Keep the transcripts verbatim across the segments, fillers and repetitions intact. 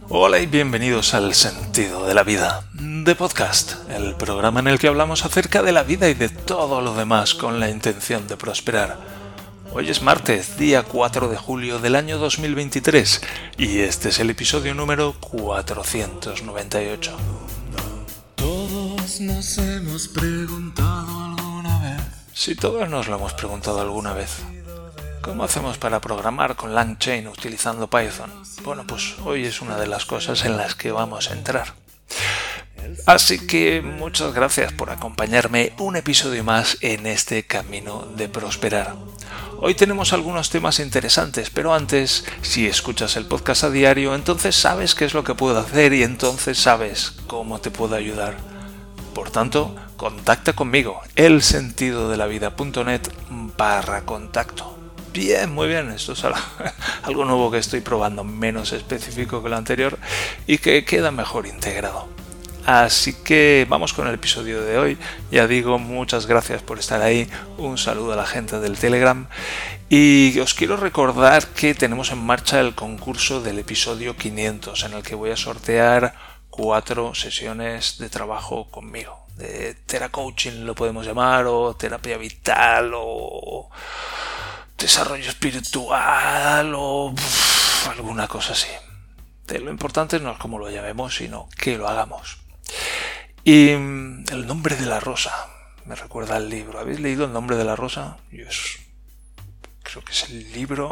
Hola y bienvenidos al Sentido de la Vida, de Podcast, el programa en el que hablamos acerca de la vida y de todo lo demás con la intención de prosperar. Hoy es martes, día cuatro de julio del año dos mil veintitrés, y este es el episodio número cuatrocientos noventa y ocho. Todos nos hemos preguntado alguna vez. Si todos nos lo hemos preguntado alguna vez. ¿Cómo hacemos para programar con LangChain utilizando Python? Bueno, pues hoy es una de las cosas en las que vamos a entrar. Así que muchas gracias por acompañarme un episodio más en este camino de prosperar. Hoy tenemos algunos temas interesantes, pero antes, si escuchas el podcast a diario, entonces sabes qué es lo que puedo hacer y entonces sabes cómo te puedo ayudar. Por tanto, contacta conmigo, elsentidodelavida.net barra contacto. Bien, muy bien, esto es algo nuevo que estoy probando, menos específico que lo anterior y que queda mejor integrado. Así que vamos con el episodio de hoy. Ya digo, muchas gracias por estar ahí, un saludo a la gente del Telegram y os quiero recordar que tenemos en marcha el concurso del episodio quinientos en el que voy a sortear cuatro sesiones de trabajo conmigo, de Thera Coaching lo podemos llamar, o terapia vital, o desarrollo espiritual, o uff, alguna cosa así. De lo importante no es cómo lo llamemos, sino que lo hagamos. Y El nombre de la rosa me recuerda al libro. ¿Habéis leído El nombre de la rosa? Yo es, creo que es el libro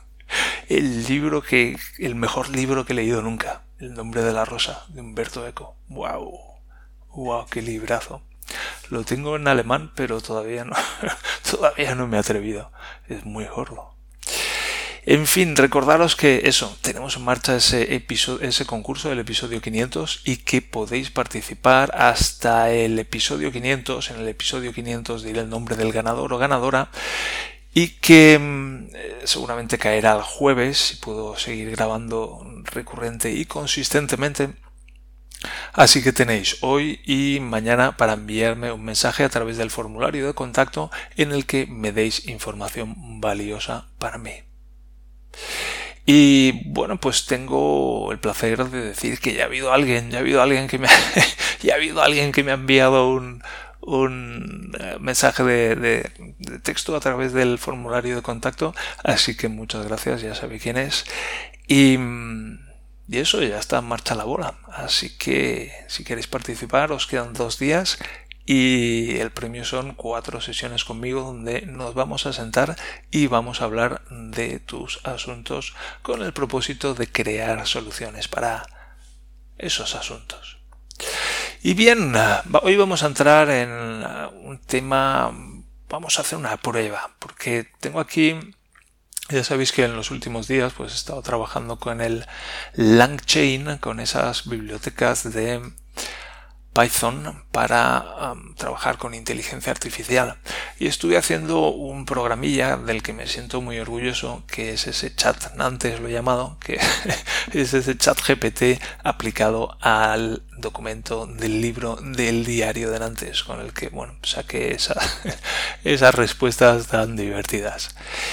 el libro que el mejor libro que he leído nunca. El nombre de la rosa, de Umberto Eco. Wow, wow, qué librazo. Lo tengo en alemán, pero todavía no todavía no me he atrevido. Es muy gordo. En fin, recordaros que eso, tenemos en marcha ese episodio, ese concurso del episodio quinientos y que podéis participar hasta el episodio quinientos. En el episodio quinientos diré el nombre del ganador o ganadora y que eh, seguramente caerá el jueves si puedo seguir grabando recurrente y consistentemente. Así que tenéis hoy y mañana para enviarme un mensaje a través del formulario de contacto en el que me deis información valiosa para mí. Y bueno, pues tengo el placer de decir que ya ha habido alguien, ya ha habido alguien que me ha, ya ha habido alguien que me ha enviado un, un mensaje de, de, de texto a través del formulario de contacto, así que muchas gracias, ya sabéis quién es. Y, y eso, ya está en marcha la bola, así que si queréis participar os quedan dos días. Y el premio son cuatro sesiones conmigo donde nos vamos a sentar y vamos a hablar de tus asuntos con el propósito de crear soluciones para esos asuntos. Y bien, hoy vamos a entrar en un tema, vamos a hacer una prueba, porque tengo aquí, ya sabéis que en los últimos días pues he estado trabajando con el LangChain, con esas bibliotecas de Python para um, trabajar con inteligencia artificial y estuve haciendo un programilla del que me siento muy orgulloso, que es ese chat Nantes lo he llamado, que es ese chat G P T aplicado al documento del libro del diario de Nantes, con el que bueno saqué esa, esas respuestas tan divertidas.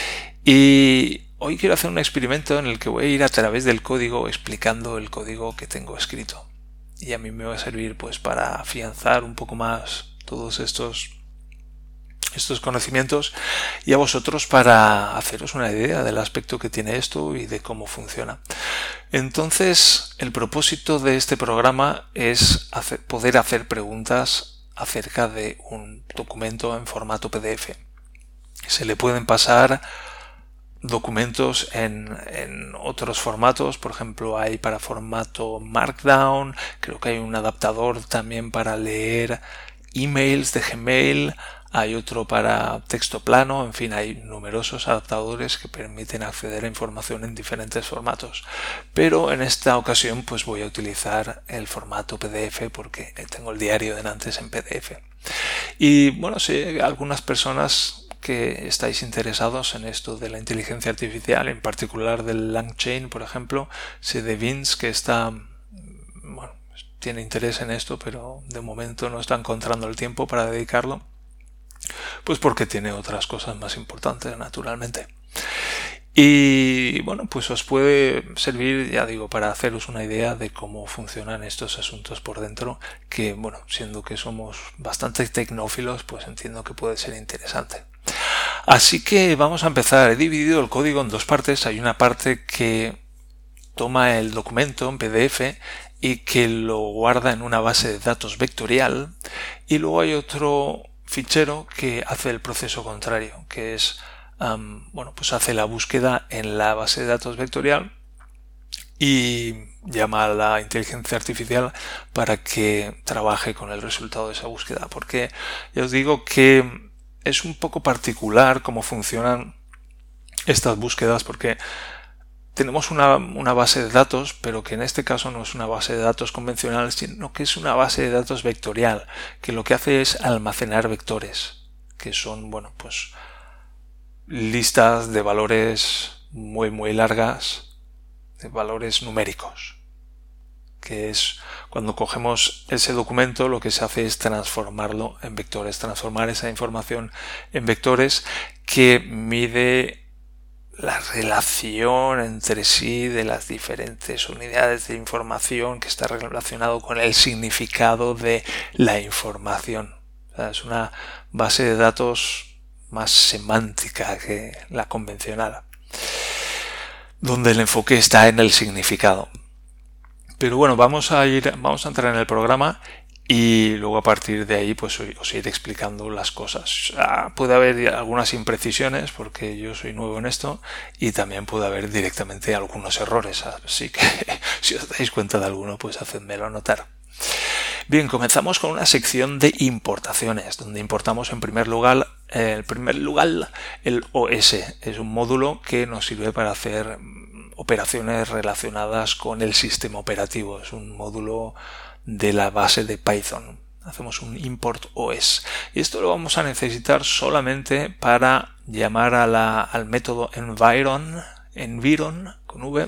Y hoy quiero hacer un experimento en el que voy a ir a través del código explicando el código que tengo escrito. Y a mí me va a servir pues para afianzar un poco más todos estos estos conocimientos y a vosotros para haceros una idea del aspecto que tiene esto y de cómo funciona. Entonces, el propósito de este programa es hacer, poder hacer preguntas acerca de un documento en formato P D F. Se le pueden pasar documentos en, en otros formatos, por ejemplo hay para formato Markdown, creo que hay un adaptador también para leer emails de Gmail, hay otro para texto plano, en fin, hay numerosos adaptadores que permiten acceder a información en diferentes formatos, pero en esta ocasión pues voy a utilizar el formato P D F porque tengo el diario de Nantes en P D F. Y bueno, sí, algunas personas que estáis interesados en esto de la inteligencia artificial, en particular del LangChain, por ejemplo, sé de Vince que está, bueno, tiene interés en esto, pero de momento no está encontrando el tiempo para dedicarlo, pues porque tiene otras cosas más importantes, naturalmente. Y bueno, pues os puede servir, ya digo, para haceros una idea de cómo funcionan estos asuntos por dentro, que bueno, siendo que somos bastante tecnófilos, pues entiendo que puede ser interesante. Así que vamos a empezar. He dividido el código en dos partes. Hay una parte que toma el documento en P D F y que lo guarda en una base de datos vectorial, y luego hay otro fichero que hace el proceso contrario, que es Um, bueno, pues hace la búsqueda en la base de datos vectorial y llama a la inteligencia artificial para que trabaje con el resultado de esa búsqueda, porque ya os digo que es un poco particular cómo funcionan estas búsquedas, porque tenemos una, una base de datos, pero que en este caso no es una base de datos convencional, sino que es una base de datos vectorial, que lo que hace es almacenar vectores, que son, bueno, pues listas de valores muy muy largas, de valores numéricos, que es cuando cogemos ese documento lo que se hace es transformarlo en vectores, transformar esa información en vectores que mide la relación entre sí de las diferentes unidades de información, que está relacionado con el significado de la información. O sea, es una base de datos más semántica que la convencional, donde el enfoque está en el significado. Pero bueno, vamos a ir, vamos a entrar en el programa y luego a partir de ahí pues os iré explicando las cosas. Ah, puede haber algunas imprecisiones porque yo soy nuevo en esto, y también puede haber directamente algunos errores, así que si os dais cuenta de alguno, pues hacedmelo notar. Bien, comenzamos con una sección de importaciones, donde importamos en primer lugar, eh, en primer lugar el O S. Es un módulo que nos sirve para hacer operaciones relacionadas con el sistema operativo. Es un módulo de la base de Python. Hacemos un import O S. Y esto lo vamos a necesitar solamente para llamar a la, al método environ, environ con V,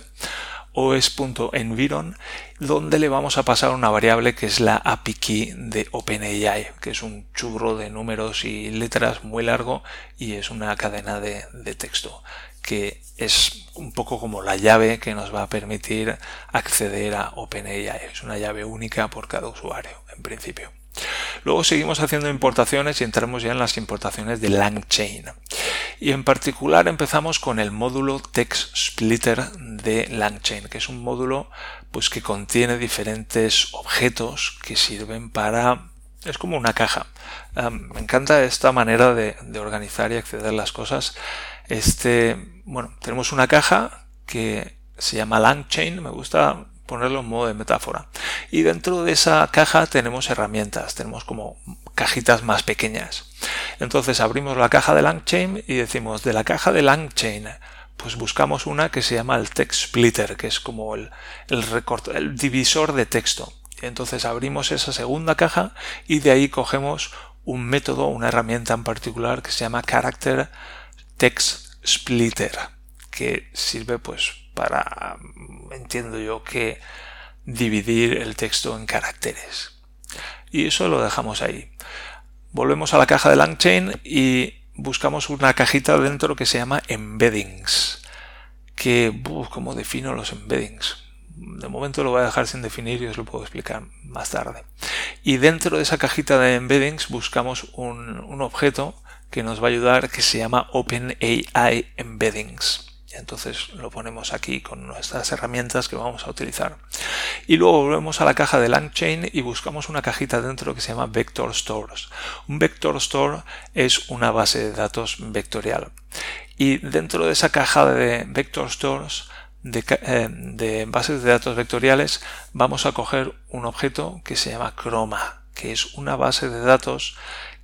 os.environ, donde le vamos a pasar una variable que es la A P I key de OpenAI, que es un churro de números y letras muy largo y es una cadena de, de texto, que es un poco como la llave que nos va a permitir acceder a OpenAI. Es una llave única por cada usuario, en principio. Luego seguimos haciendo importaciones y entramos ya en las importaciones de LangChain. Y en particular empezamos con el módulo TextSplitter de LangChain, que es un módulo pues que contiene diferentes objetos que sirven para... es como una caja. Um, me encanta esta manera de, de organizar y acceder a las cosas. Este, bueno, tenemos una caja que se llama LangChain, me gusta ponerlo en modo de metáfora. Y dentro de esa caja tenemos herramientas, tenemos como cajitas más pequeñas. Entonces abrimos la caja de LangChain y decimos, de la caja de LangChain, pues buscamos una que se llama el TextSplitter, que es como el, el, recorte, el divisor de texto. Entonces abrimos esa segunda caja y de ahí cogemos un método, una herramienta en particular que se llama Character TextSplitter, que sirve pues para, entiendo yo, que dividir el texto en caracteres. Y eso lo dejamos ahí. Volvemos a la caja de LangChain y buscamos una cajita dentro que se llama Embeddings. Que, uf, ¿cómo defino los embeddings? De momento lo voy a dejar sin definir y os lo puedo explicar más tarde. Y dentro de esa cajita de embeddings buscamos un, un objeto que nos va a ayudar, que se llama OpenAI Embeddings. Entonces lo ponemos aquí con nuestras herramientas que vamos a utilizar. Y luego volvemos a la caja de LangChain y buscamos una cajita dentro que se llama Vector Stores. Un Vector Store es una base de datos vectorial. Y dentro de esa caja de Vector Stores, de, eh, de bases de datos vectoriales, vamos a coger un objeto que se llama Chroma, que es una base de datos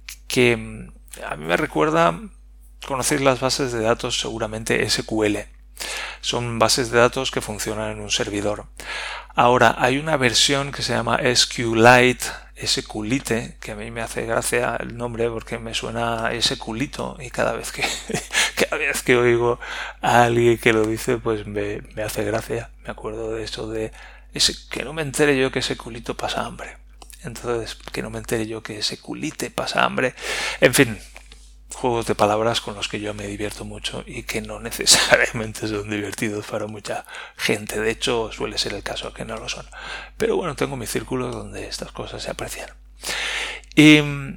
que a mí me recuerda... Conocéis las bases de datos seguramente S Q L. Son bases de datos que funcionan en un servidor. Ahora, hay una versión que se llama SQLite, SQLite, que a mí me hace gracia el nombre porque me suena a SQLito y cada vez que cada vez que oigo a alguien que lo dice, pues me, me hace gracia. Me acuerdo de eso de ese, que no me entere yo que SQLito pasa hambre. Entonces, que no me entere yo que SQLite pasa hambre. En fin. juegos de palabras con los que yo me divierto mucho y que no necesariamente son divertidos para mucha gente. De hecho, suele ser el caso que no lo son. Pero bueno, tengo mis círculos donde estas cosas se aprecian. Y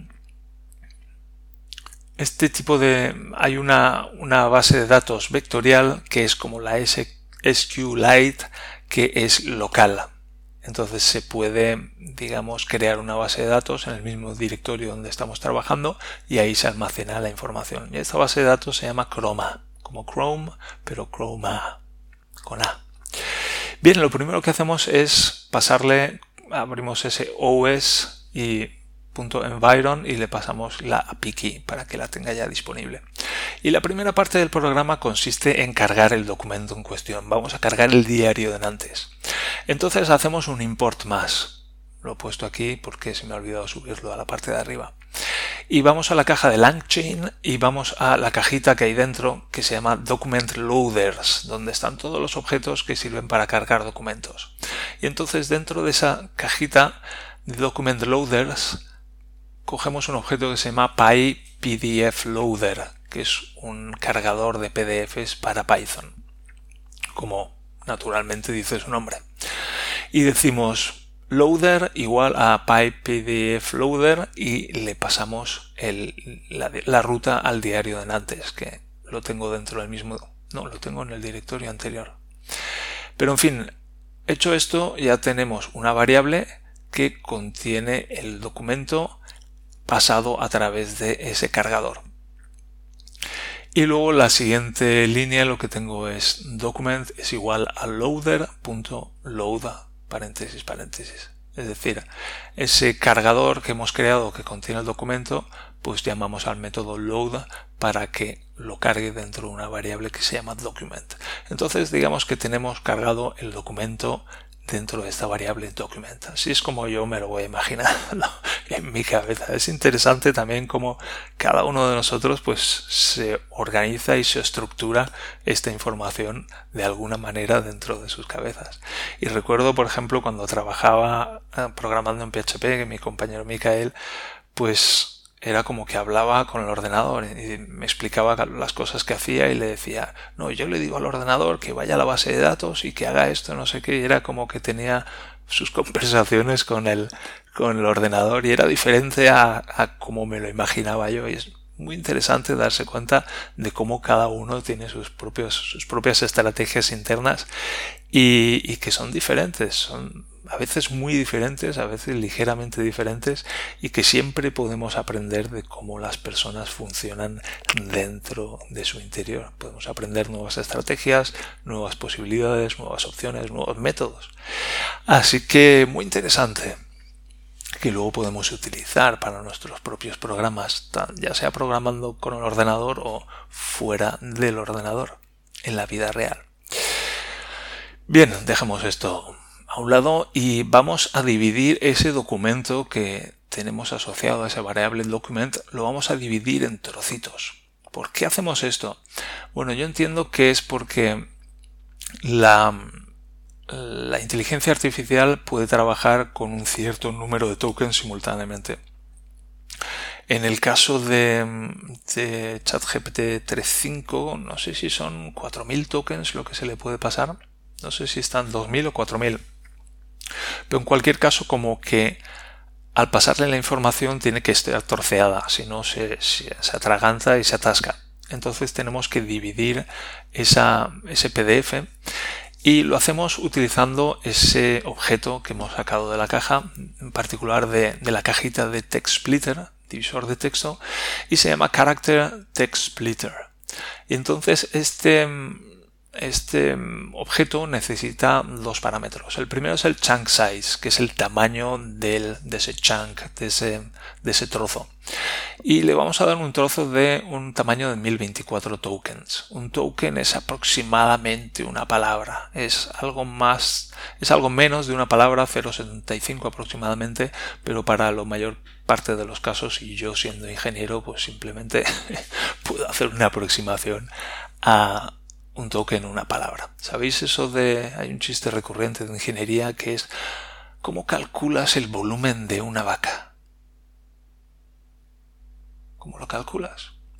este tipo de... hay una, una base de datos vectorial que es como la SQLite, que es local. Entonces se puede, digamos, crear una base de datos en el mismo directorio donde estamos trabajando y ahí se almacena la información. Y esta base de datos se llama Chroma, como Chrome, pero Chroma, con A. Bien, lo primero que hacemos es pasarle, abrimos ese O S y .environ y le pasamos la A P I key para que la tenga ya disponible. Y la primera parte del programa consiste en cargar el documento en cuestión. Vamos a cargar el diario de Nantes. Entonces hacemos un import más. Lo he puesto aquí porque se me ha olvidado subirlo a la parte de arriba. Y vamos a la caja de LangChain y vamos a la cajita que hay dentro que se llama Document Loaders, donde están todos los objetos que sirven para cargar documentos. Y entonces dentro de esa cajita de Document Loaders cogemos un objeto que se llama PyPDFLoader, que es un cargador de P D Fs para Python, como naturalmente dice su nombre. Y decimos loader igual a PyPDFLoader y le pasamos el, la, la ruta al diario de Nantes, que lo tengo dentro del mismo... no, lo tengo en el directorio anterior. Pero en fin, hecho esto ya tenemos una variable que contiene el documento pasado a través de ese cargador. Y luego la siguiente línea lo que tengo es document es igual a loader.load paréntesis paréntesis. Es decir, ese cargador que hemos creado que contiene el documento, pues llamamos al método load para que lo cargue dentro de una variable que se llama document. Entonces digamos que tenemos cargado el documento dentro de esta variable document. Así es como yo me lo voy imaginando en mi cabeza. Es interesante también cómo cada uno de nosotros pues se organiza y se estructura esta información de alguna manera dentro de sus cabezas. Y recuerdo, por ejemplo, cuando trabajaba programando en P H P, que mi compañero Micael, pues era como que hablaba con el ordenador y me explicaba las cosas que hacía y le decía, no, yo le digo al ordenador que vaya a la base de datos y que haga esto, no sé qué, y era como que tenía sus conversaciones con el, con el ordenador y era diferente a, a como me lo imaginaba yo. Y es muy interesante darse cuenta de cómo cada uno tiene sus propios, sus propias estrategias internas y, y que son diferentes, son a veces muy diferentes, a veces ligeramente diferentes y que siempre podemos aprender de cómo las personas funcionan dentro de su interior. Podemos aprender nuevas estrategias, nuevas posibilidades, nuevas opciones, nuevos métodos. Así que muy interesante, que luego podemos utilizar para nuestros propios programas, ya sea programando con el ordenador o fuera del ordenador, en la vida real. Bien, dejemos esto a un lado y vamos a dividir ese documento que tenemos asociado a esa variable document, lo vamos a dividir en trocitos. ¿Por qué hacemos esto? Bueno, yo entiendo que es porque la, la inteligencia artificial puede trabajar con un cierto número de tokens simultáneamente. En el caso de, de ChatGPT tres punto cinco, no sé si son cuatro mil tokens lo que se le puede pasar. No sé si están dos mil o cuatro mil. Pero en cualquier caso, como que al pasarle la información tiene que estar troceada, si no se, se, se atraganta y se atasca. Entonces tenemos que dividir esa, ese P D F y lo hacemos utilizando ese objeto que hemos sacado de la caja, en particular de, de la cajita de TextSplitter, divisor de texto, y se llama Character TextSplitter. Y entonces este... Este objeto necesita dos parámetros. El primero es el chunk size, que es el tamaño del, de ese chunk, de ese, de ese trozo. Y le vamos a dar un trozo de un tamaño de mil veinticuatro tokens. Un token es aproximadamente una palabra. Es algo más, es algo menos de una palabra, cero coma setenta y cinco aproximadamente, pero para la mayor parte de los casos, y yo siendo ingeniero, pues simplemente puedo hacer una aproximación a un token, una palabra. ¿Sabéis eso de... hay un chiste recurrente de ingeniería que es ¿cómo calculas el volumen de una vaca? ¿Cómo lo calculas?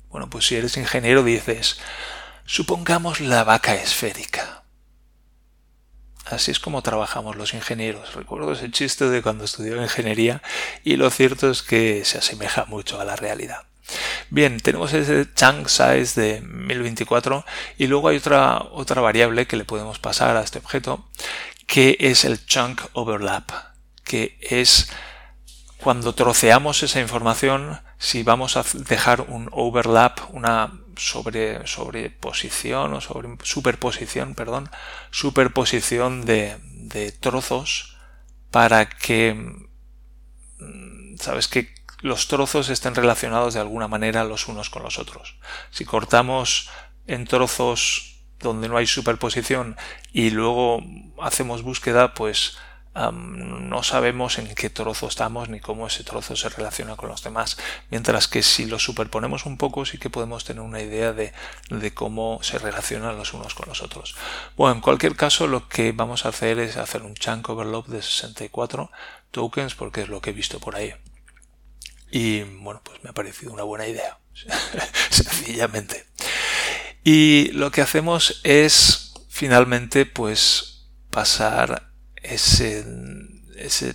Bueno, pues si eres ingeniero dices, supongamos la vaca esférica. Así es como trabajamos los ingenieros. Recuerdo ese chiste de cuando estudiaba ingeniería y lo cierto es que se asemeja mucho a la realidad. Bien, tenemos ese chunk size de mil veinticuatro y luego hay otra, otra variable que le podemos pasar a este objeto, que es el chunk overlap, que es cuando troceamos esa información, si vamos a dejar un overlap, una sobre, sobreposición o sobre, superposición, perdón, superposición de, de trozos para que, sabes, que los trozos estén relacionados de alguna manera los unos con los otros. Si cortamos en trozos donde no hay superposición y luego hacemos búsqueda, pues um, no sabemos en qué trozo estamos ni cómo ese trozo se relaciona con los demás. Mientras que si los superponemos un poco sí que podemos tener una idea de, de cómo se relacionan los unos con los otros. Bueno, en cualquier caso lo que vamos a hacer es hacer un chunk overlap de sesenta y cuatro tokens porque es lo que he visto por ahí. Y bueno, pues me ha parecido una buena idea, sencillamente. Y lo que hacemos es finalmente pues pasar ese, ese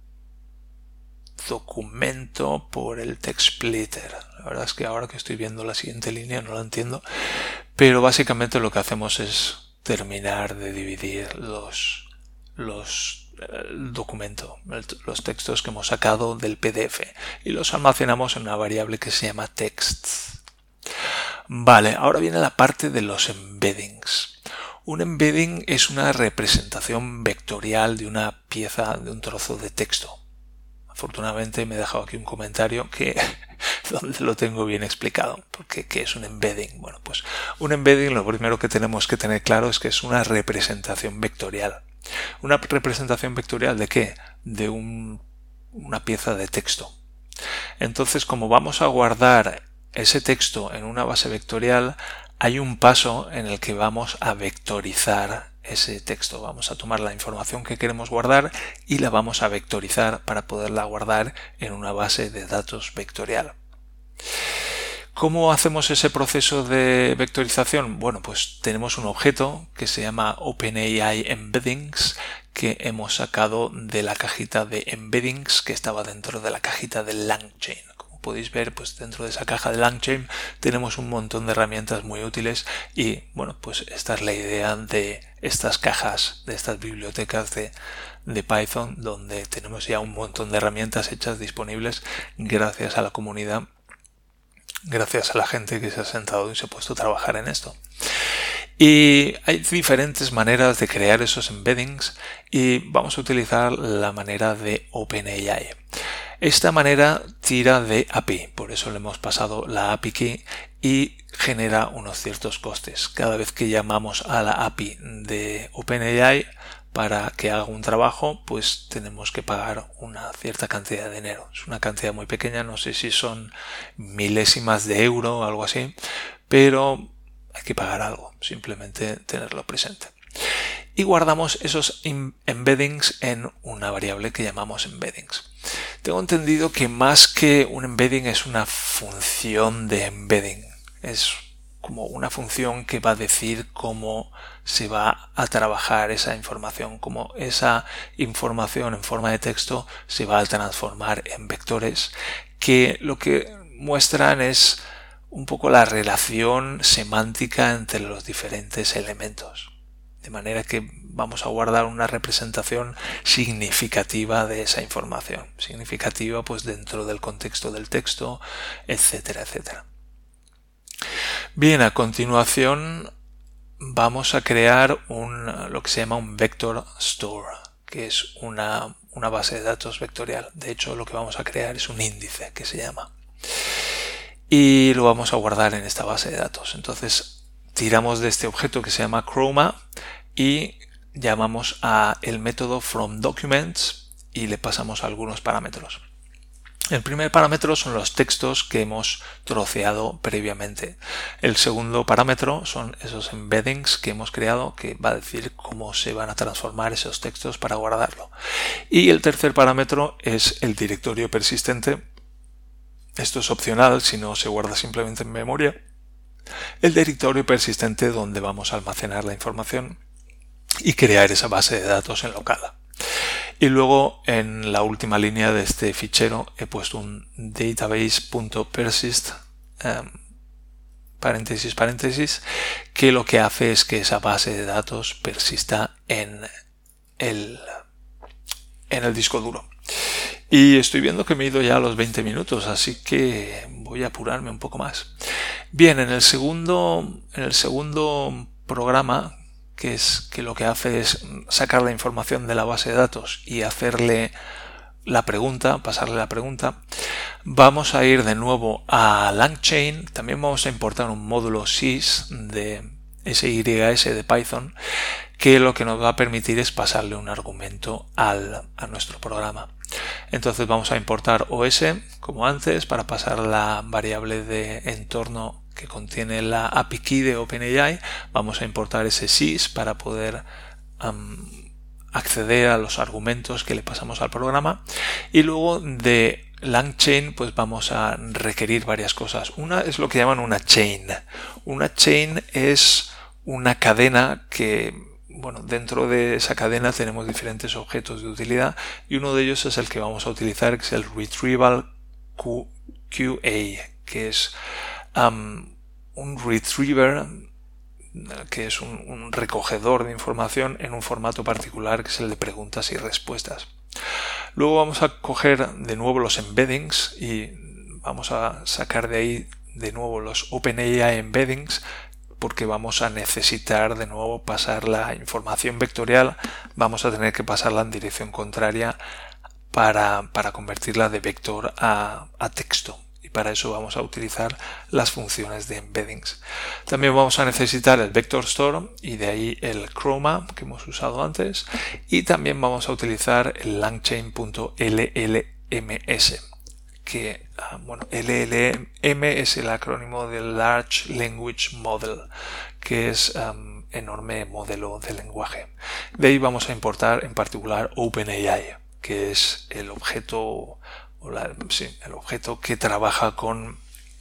documento por el text splitter. La verdad es que ahora que estoy viendo la siguiente línea no la entiendo, pero básicamente lo que hacemos es terminar de dividir los, los el documento, el, los textos que hemos sacado del P D F y los almacenamos en una variable que se llama text. Vale, ahora viene la parte de los embeddings. Un embedding es una representación vectorial de una pieza, de un trozo de texto. Afortunadamente me he dejado aquí un comentario que donde lo tengo bien explicado. Porque ¿qué es un embedding? Bueno, pues un embedding lo primero que tenemos que tener claro es que es una representación vectorial. ¿Una representación vectorial de qué? De un, una pieza de texto. Entonces, como vamos a guardar ese texto en una base vectorial, hay un paso en el que vamos a vectorizar ese texto. Vamos a tomar la información que queremos guardar y la vamos a vectorizar para poderla guardar en una base de datos vectorial. ¿Cómo hacemos ese proceso de vectorización? Bueno, pues tenemos un objeto que se llama OpenAI Embeddings que hemos sacado de la cajita de Embeddings que estaba dentro de la cajita de LangChain. Como podéis ver, pues dentro de esa caja de LangChain tenemos un montón de herramientas muy útiles y bueno, pues esta es la idea de estas cajas, de estas bibliotecas de, de Python, donde tenemos ya un montón de herramientas hechas disponibles gracias a la comunidad. Gracias a la gente que se ha sentado y se ha puesto a trabajar en esto. Y hay diferentes maneras de crear esos embeddings y vamos a utilizar la manera de OpenAI. Esta manera tira de A P I, por eso le hemos pasado la A P I Key y genera unos ciertos costes. Cada vez que llamamos a la A P I de OpenAI para que haga un trabajo, pues tenemos que pagar una cierta cantidad de dinero. Es una cantidad muy pequeña, no sé si son milésimas de euro o algo así, pero hay que pagar algo, simplemente tenerlo presente. Y guardamos esos embeddings en una variable que llamamos embeddings. Tengo entendido que más que un embedding es una función de embedding. Es como una función que va a decir cómo se va a trabajar esa información, cómo esa información en forma de texto se va a transformar en vectores que lo que muestran es un poco la relación semántica entre los diferentes elementos. De manera que vamos a guardar una representación significativa de esa información. Significativa pues dentro del contexto del texto, etcétera, etcétera. Bien, a continuación vamos a crear un, lo que se llama un vector store, que es una, una base de datos vectorial. De hecho, lo que vamos a crear es un índice que se llama. Y lo vamos a guardar en esta base de datos. Entonces, tiramos de este objeto que se llama Chroma y llamamos a el método fromDocuments y le pasamos algunos parámetros. El primer parámetro son los textos que hemos troceado previamente. El segundo parámetro son esos embeddings que hemos creado, que va a decir cómo se van a transformar esos textos para guardarlo. Y el tercer parámetro es el directorio persistente esto es opcional si no se guarda simplemente en memoria, el directorio persistente donde vamos a almacenar la información y crear esa base de datos en local. Y luego en la última línea de este fichero he puesto un database.persist um, paréntesis paréntesis que lo que hace es que esa base de datos persista en el, en el disco duro. Y estoy viendo que me he ido ya a los veinte minutos, así que voy a apurarme un poco más. Bien, en el segundo, en el segundo programa, que es que lo que hace es sacar la información de la base de datos y hacerle la pregunta, pasarle la pregunta, vamos a ir de nuevo a LangChain. También vamos a importar un módulo sys de sys de Python, que lo que nos va a permitir es pasarle un argumento al, a nuestro programa. Entonces vamos a importar O S como antes para pasar la variable de entorno que contiene la A P I key de OpenAI. Vamos a importar ese sys para poder um, acceder a los argumentos que le pasamos al programa. Y luego de LangChain pues vamos a requerir varias cosas. Una es lo que llaman una chain. Una chain es una cadena que, bueno, dentro de esa cadena tenemos diferentes objetos de utilidad y uno de ellos es el que vamos a utilizar, que es el Retrieval Q A, que es um, un retriever, que es un, un recogedor de información en un formato particular, que es el de preguntas y respuestas. Luego vamos a coger de nuevo los embeddings y vamos a sacar de ahí de nuevo los OpenAI embeddings, porque vamos a necesitar de nuevo pasar la información vectorial, vamos a tener que pasarla en dirección contraria para, para convertirla de vector a, a texto. Y para eso vamos a utilizar las funciones de embeddings. También vamos a necesitar el vector store y de ahí el chroma que hemos usado antes. Y también vamos a utilizar el langchain.llms, que, bueno, L L M es el acrónimo del Large Language Model, que es um, enorme modelo de lenguaje. De ahí vamos a importar en particular OpenAI, que es el objeto o la, sí, el objeto que trabaja con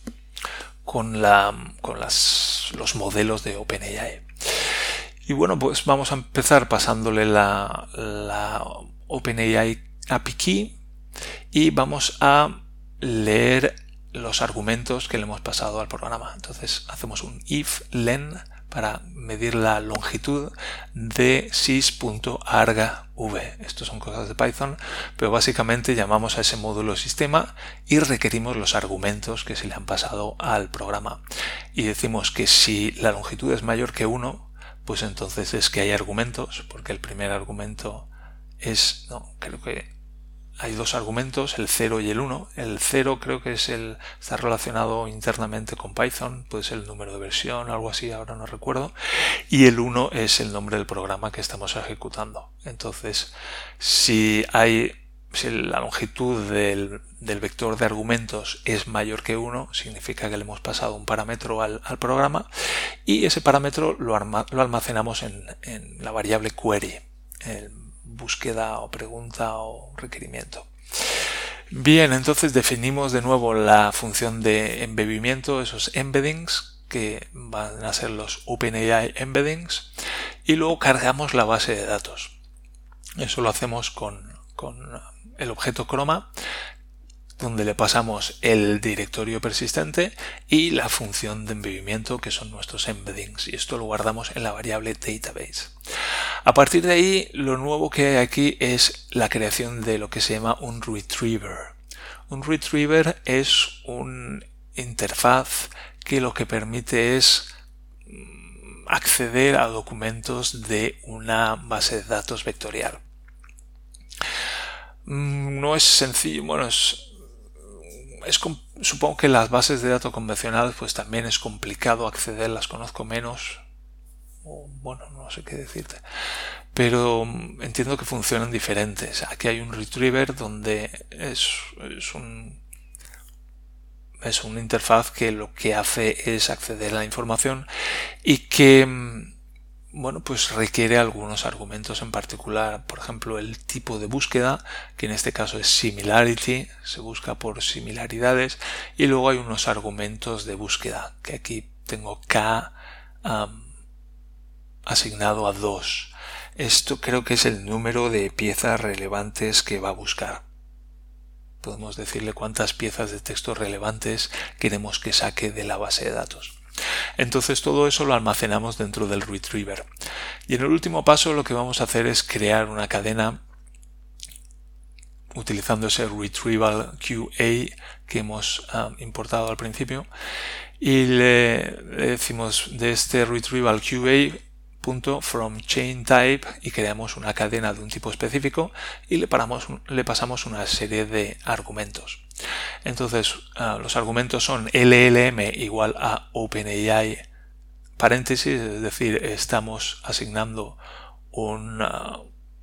con la con las los modelos de OpenAI. Y bueno, pues vamos a empezar pasándole la, la OpenAI A P I key y vamos a leer los argumentos que le hemos pasado al programa. Entonces hacemos un if len para medir la longitud de sys.argv. Estos son cosas de Python, pero básicamente llamamos a ese módulo sistema y requerimos los argumentos que se le han pasado al programa. Y decimos que si la longitud es mayor que uno, pues entonces es que hay argumentos, porque el primer argumento es, no, creo que hay dos argumentos, el cero y el uno. El cero creo que es el está relacionado internamente con Python, puede ser el número de versión o algo así, ahora no recuerdo. Y el uno es el nombre del programa que estamos ejecutando. Entonces, si hay si la longitud del, del vector de argumentos es mayor que uno, significa que le hemos pasado un parámetro al, al programa y ese parámetro lo, arma, lo almacenamos en, en la variable query, el búsqueda o pregunta o requerimiento. Bien, entonces definimos de nuevo la función de embebimiento, esos embeddings que van a ser los OpenAI embeddings, y luego cargamos la base de datos. Eso lo hacemos con, con el objeto chroma, donde le pasamos el directorio persistente y la función de embebimiento, que son nuestros embeddings, y esto lo guardamos en la variable database. A partir de ahí, lo nuevo que hay aquí es la creación de lo que se llama un retriever. Un retriever es una interfaz que lo que permite es acceder a documentos de una base de datos vectorial. No es sencillo, bueno, es Es, supongo que las bases de datos convencionales pues también es complicado acceder, las conozco menos, o bueno, no sé qué decirte, pero entiendo que funcionan diferentes. Aquí hay un retriever donde es, es un es una interfaz que lo que hace es acceder a la información y que bueno, pues requiere algunos argumentos en particular. Por ejemplo, el tipo de búsqueda, que en este caso es similarity, se busca por similaridades, y luego hay unos argumentos de búsqueda, que aquí tengo K um, asignado a dos. Esto creo que es el número de piezas relevantes que va a buscar. Podemos decirle cuántas piezas de texto relevantes queremos que saque de la base de datos. Entonces todo eso lo almacenamos dentro del retriever. Y en el último paso lo que vamos a hacer es crear una cadena utilizando ese retrieval Q A que hemos uh, importado al principio, y le, le decimos de este retrieval Q A punto from chain type y creamos una cadena de un tipo específico y le, paramos, le pasamos una serie de argumentos. Entonces uh, los argumentos son L L M igual a OpenAI paréntesis, es decir, estamos asignando un, uh,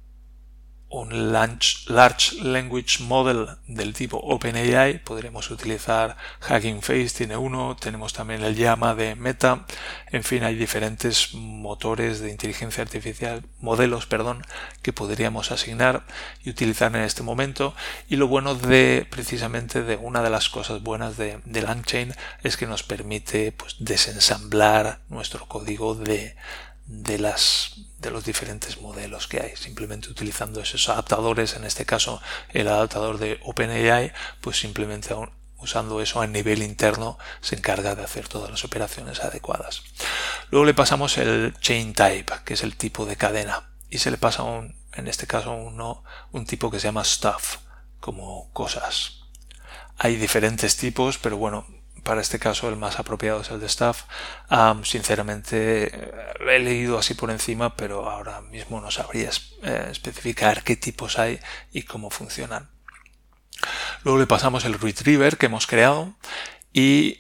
un Large Language Model del tipo OpenAI. Podremos utilizar Hugging Face, tiene uno, tenemos también el Llama de Meta, en fin, hay diferentes motores de inteligencia artificial, modelos, perdón, que podríamos asignar y utilizar en este momento. Y lo bueno de, precisamente, de una de las cosas buenas de, de LangChain es que nos permite pues desensamblar nuestro código de de las de los diferentes modelos que hay, simplemente utilizando esos adaptadores, en este caso el adaptador de OpenAI, pues simplemente aún usando eso a nivel interno se encarga de hacer todas las operaciones adecuadas. Luego le pasamos el chain type, que es el tipo de cadena, y se le pasa un, en este caso uno, un tipo que se llama stuff, como cosas. Hay diferentes tipos, pero bueno, para este caso el más apropiado es el de stuff. Um, sinceramente he leído así por encima, pero ahora mismo no sabría eh, especificar qué tipos hay y cómo funcionan. Luego le pasamos el retriever que hemos creado y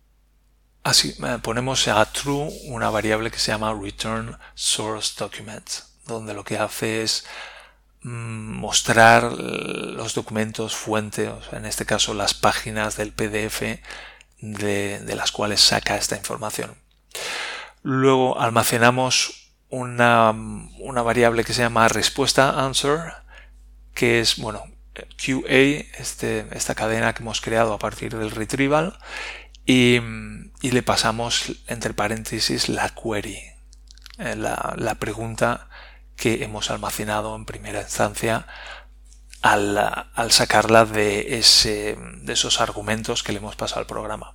así eh, ponemos a true una variable que se llama return source document, donde lo que hace es mostrar los documentos fuente, o sea, en este caso las páginas del P D F de, de las cuales saca esta información. Luego almacenamos una, una variable que se llama respuesta answer, que es, bueno, Q A, este, esta cadena que hemos creado a partir del retrieval, y, y le pasamos entre paréntesis la query, eh, la, la pregunta que hemos almacenado en primera instancia al, al sacarla de, ese, de esos argumentos que le hemos pasado al programa.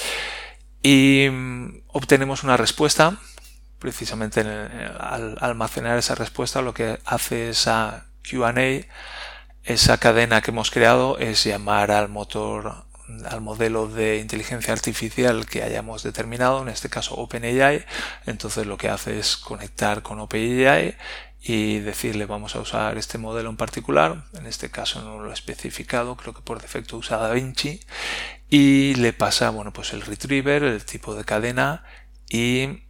Y obtenemos una respuesta. Precisamente en el, al almacenar esa respuesta lo que hace esa Q and A, esa cadena que hemos creado, es llamar al motor, al modelo de inteligencia artificial que hayamos determinado, en este caso OpenAI. Entonces lo que hace es conectar con OpenAI y decirle vamos a usar este modelo en particular, en este caso no lo he especificado, creo que por defecto usa DaVinci, y le pasa, bueno, pues el retriever, el tipo de cadena y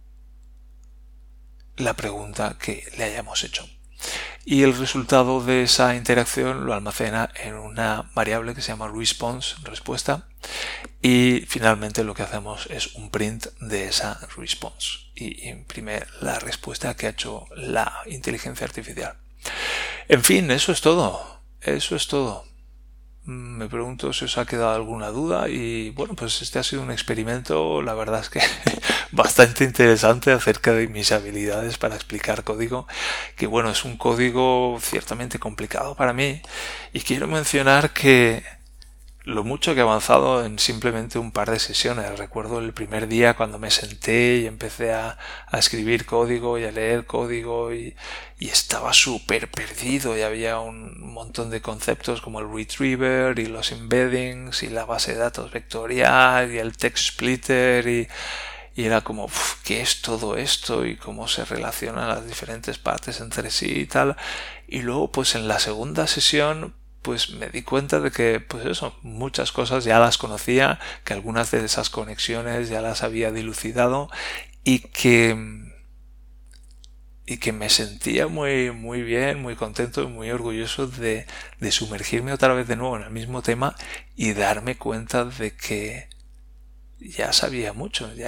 la pregunta que le hayamos hecho. Y el resultado de esa interacción lo almacena en una variable que se llama response, respuesta, y finalmente lo que hacemos es un print de esa response y imprime la respuesta que ha hecho la inteligencia artificial. En fin, eso es todo. Eso es todo. Me pregunto si os ha quedado alguna duda y bueno, pues este ha sido un experimento, la verdad es que bastante interesante acerca de mis habilidades para explicar código, que bueno, es un código ciertamente complicado para mí, y quiero mencionar que lo mucho que he avanzado en simplemente un par de sesiones. Recuerdo el primer día cuando me senté y empecé a, a escribir código y a leer código y, y estaba súper perdido y había un montón de conceptos como el retriever y los embeddings y la base de datos vectorial y el text splitter y, y era como, uf, ¿qué es todo esto? Y cómo se relacionan las diferentes partes entre sí y tal. Y luego pues en la segunda sesión pues me di cuenta de que, pues eso, muchas cosas ya las conocía, que algunas de esas conexiones ya las había dilucidado y que, y que me sentía muy, muy bien, muy contento y muy orgulloso de, de sumergirme otra vez de nuevo en el mismo tema y darme cuenta de que ya sabía mucho, ya que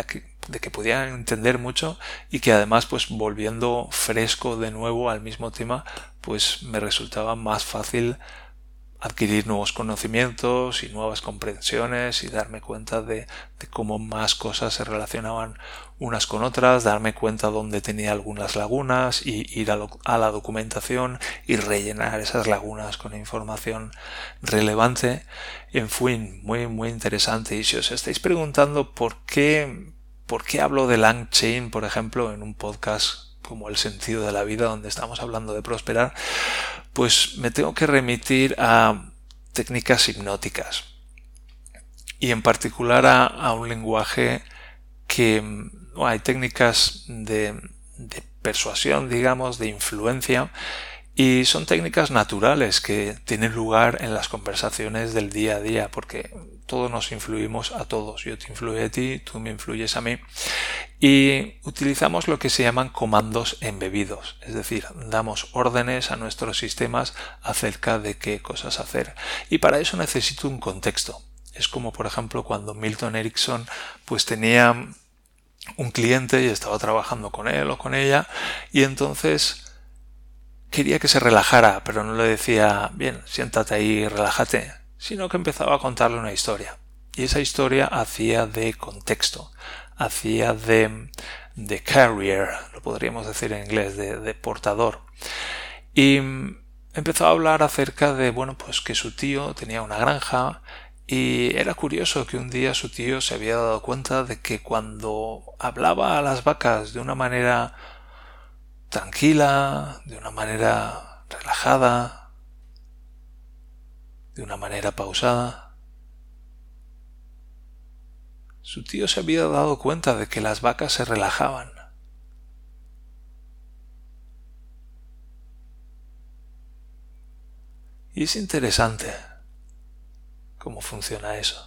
de que pudieran entender mucho y que además pues volviendo fresco de nuevo al mismo tema pues me resultaba más fácil adquirir nuevos conocimientos y nuevas comprensiones y darme cuenta de, de cómo más cosas se relacionaban unas con otras, darme cuenta dónde tenía algunas lagunas y ir a, lo, a la documentación y rellenar esas lagunas con información relevante. En fin, muy muy interesante. Y si os estáis preguntando por qué, por qué hablo de LangChain, por ejemplo, en un podcast como El sentido de la vida, donde estamos hablando de prosperar, pues me tengo que remitir a técnicas hipnóticas y en particular a, a un lenguaje que bueno, hay técnicas de, de persuasión, digamos, de influencia, y son técnicas naturales que tienen lugar en las conversaciones del día a día, porque todos nos influimos a todos. Yo te influyo a ti, tú me influyes a mí. Y utilizamos lo que se llaman comandos embebidos, es decir, damos órdenes a nuestros sistemas acerca de qué cosas hacer. Y para eso necesito un contexto. Es como, por ejemplo, cuando Milton Erickson pues tenía un cliente y estaba trabajando con él o con ella, y entonces quería que se relajara, pero no le decía, bien, siéntate ahí y relájate, sino que empezaba a contarle una historia. Y esa historia hacía de contexto, hacía de, de carrier, lo podríamos decir en inglés, de, de portador. Y empezó a hablar acerca de, bueno, pues que su tío tenía una granja y era curioso que un día su tío se había dado cuenta de que cuando hablaba a las vacas de una manera tranquila, de una manera relajada, de una manera pausada, su tío se había dado cuenta de que las vacas se relajaban. Y es interesante cómo funciona eso.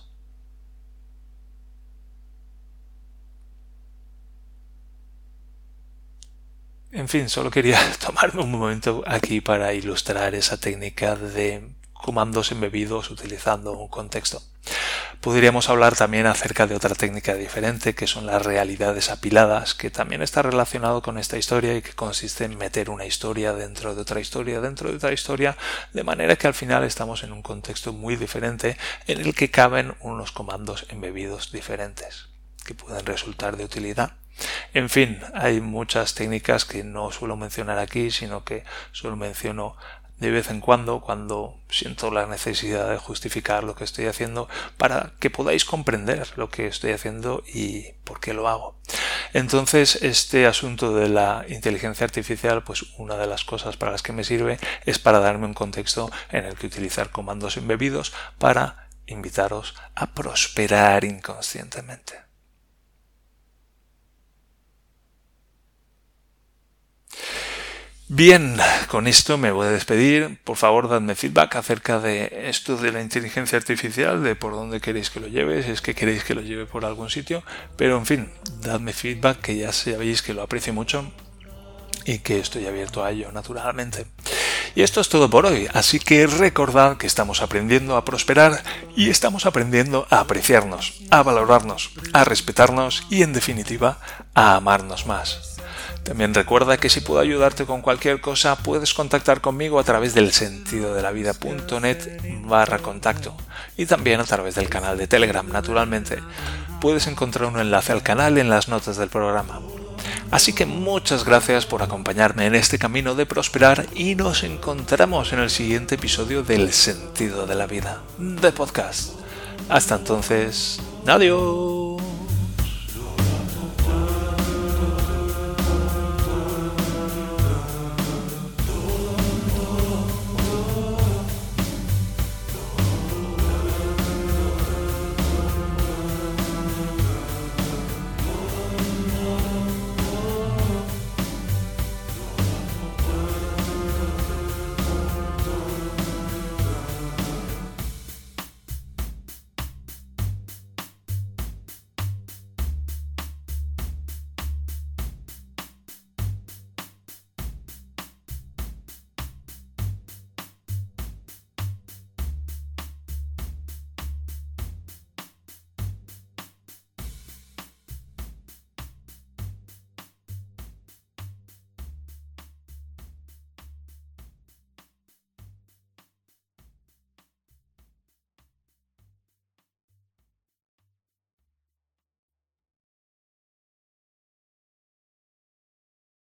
En fin, solo quería tomarme un momento aquí para ilustrar esa técnica de comandos embebidos utilizando un contexto. Podríamos hablar también acerca de otra técnica diferente, que son las realidades apiladas, que también está relacionado con esta historia y que consiste en meter una historia dentro de otra historia, dentro de otra historia, de manera que al final estamos en un contexto muy diferente en el que caben unos comandos embebidos diferentes, que pueden resultar de utilidad. En fin, hay muchas técnicas que no suelo mencionar aquí, sino que solo menciono de vez en cuando, cuando siento la necesidad de justificar lo que estoy haciendo, para que podáis comprender lo que estoy haciendo y por qué lo hago. Entonces, este asunto de la inteligencia artificial, pues una de las cosas para las que me sirve es para darme un contexto en el que utilizar comandos embebidos para invitaros a prosperar inconscientemente. Bien, con esto me voy a despedir. Por favor, dadme feedback acerca de esto de la inteligencia artificial, de por dónde queréis que lo lleve, si es que queréis que lo lleve por algún sitio. Pero, en fin, dadme feedback, que ya sabéis que lo aprecio mucho y que estoy abierto a ello, naturalmente. Y esto es todo por hoy, así que recordad que estamos aprendiendo a prosperar y estamos aprendiendo a apreciarnos, a valorarnos, a respetarnos y, en definitiva, a amarnos más. También recuerda que si puedo ayudarte con cualquier cosa, puedes contactar conmigo a través del sentido de la vida punto net barra contacto y también a través del canal de Telegram, naturalmente. Puedes encontrar un enlace al canal en las notas del programa. Así que muchas gracias por acompañarme en este camino de prosperar y nos encontramos en el siguiente episodio del Sentido de la Vida, de podcast. Hasta entonces, adiós.